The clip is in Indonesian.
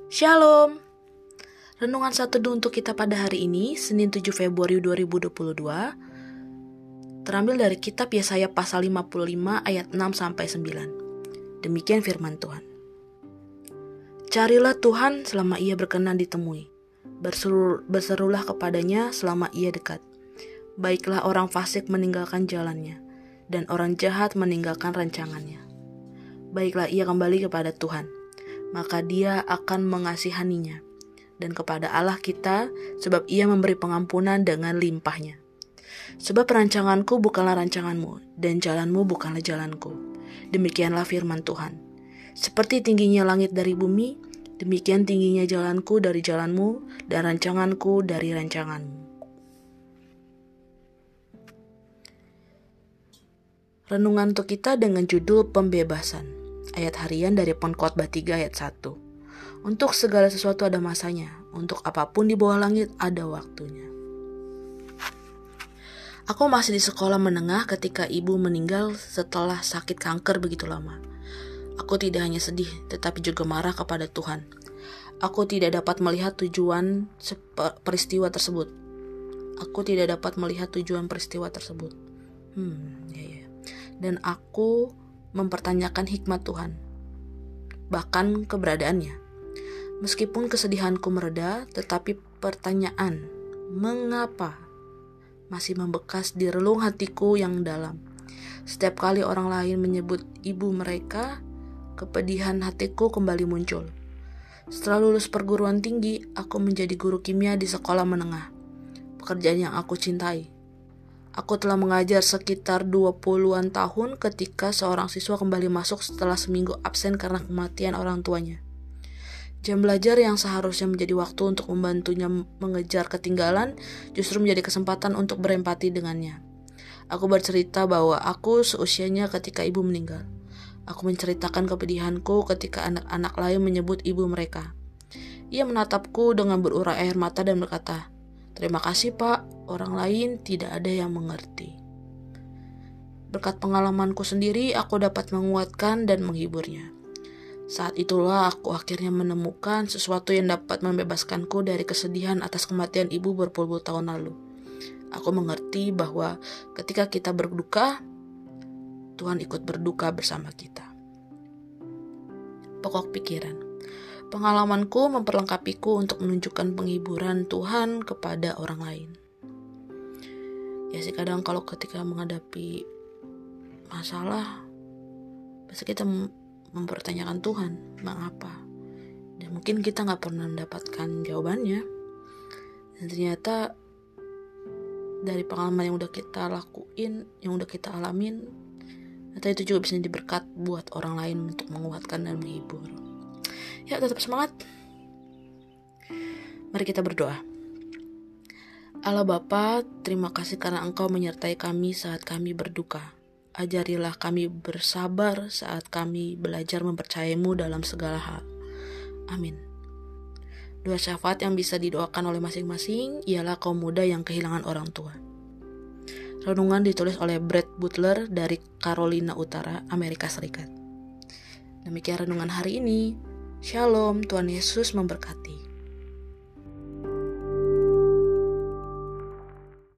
Shalom. Renungan satu untuk kita pada hari ini, Senin 7 Februari 2022, terambil dari kitab Yesaya pasal 55 ayat 6-9. Demikian firman Tuhan. Carilah Tuhan selama ia berkenan ditemui. Berserulah kepadanya selama ia dekat. Baiklah orang fasik meninggalkan jalannya, dan orang jahat meninggalkan rancangannya. Baiklah ia kembali kepada Tuhan, maka Dia akan mengasihaninya, dan kepada Allah kita, sebab Ia memberi pengampunan dengan limpahnya. Sebab rancanganku bukanlah rancanganmu, dan jalanmu bukanlah jalanku. Demikianlah firman Tuhan. Seperti tingginya langit dari bumi, demikian tingginya jalanku dari jalanmu, dan rancanganku dari rancanganmu. Renungan untuk kita dengan judul Pembebasan. Ayat harian dari Pengkhotbah 3 ayat 1. Untuk segala sesuatu ada masanya, untuk apapun di bawah langit ada waktunya. Aku masih di sekolah menengah ketika ibu meninggal setelah sakit kanker begitu lama. Aku tidak hanya sedih, tetapi juga marah kepada Tuhan. Aku tidak dapat melihat tujuan peristiwa tersebut. Dan aku mempertanyakan hikmat Tuhan, bahkan keberadaannya. Meskipun kesedihanku mereda, tetapi pertanyaan, mengapa, masih membekas di relung hatiku yang dalam. Setiap kali orang lain menyebut ibu mereka, kepedihan hatiku kembali muncul. Setelah lulus perguruan tinggi, aku menjadi guru kimia di sekolah menengah, pekerjaan yang aku cintai. Aku telah mengajar sekitar 20-an tahun ketika seorang siswa kembali masuk setelah seminggu absen karena kematian orang tuanya. Jam belajar yang seharusnya menjadi waktu untuk membantunya mengejar ketinggalan justru menjadi kesempatan untuk berempati dengannya. Aku bercerita bahwa aku seusianya ketika ibu meninggal. Aku menceritakan kepedihanku ketika anak-anak lain menyebut ibu mereka. Ia menatapku dengan berurai air mata dan berkata, "Terima kasih Pak, orang lain tidak ada yang mengerti." Berkat pengalamanku sendiri, aku dapat menguatkan dan menghiburnya. Saat itulah aku akhirnya menemukan sesuatu yang dapat membebaskanku dari kesedihan atas kematian ibu berpuluh-puluh tahun lalu. Aku mengerti bahwa ketika kita berduka, Tuhan ikut berduka bersama kita. Pokok pikiran. Pengalamanku memperlengkapiku untuk menunjukkan penghiburan Tuhan kepada orang lain. Ya sih, kadang kalau ketika menghadapi masalah, pasti kita mempertanyakan Tuhan, mengapa? Dan mungkin kita gak pernah mendapatkan jawabannya. Dan ternyata dari pengalaman yang udah kita lakuin, yang udah kita alamin, ternyata itu juga bisa jadi berkat buat orang lain untuk menguatkan dan menghibur. Ya, tetap semangat. Mari kita berdoa. Allah Bapa, terima kasih karena Engkau menyertai kami saat kami berduka. Ajarilah kami bersabar saat kami belajar mempercayai-Mu dalam segala hal. Amin. Doa syafaat yang bisa didoakan oleh masing-masing ialah kaum muda yang kehilangan orang tua. Renungan ditulis oleh Brad Butler dari Carolina Utara, Amerika Serikat. Demikian renungan hari ini. Shalom, Tuhan Yesus memberkati.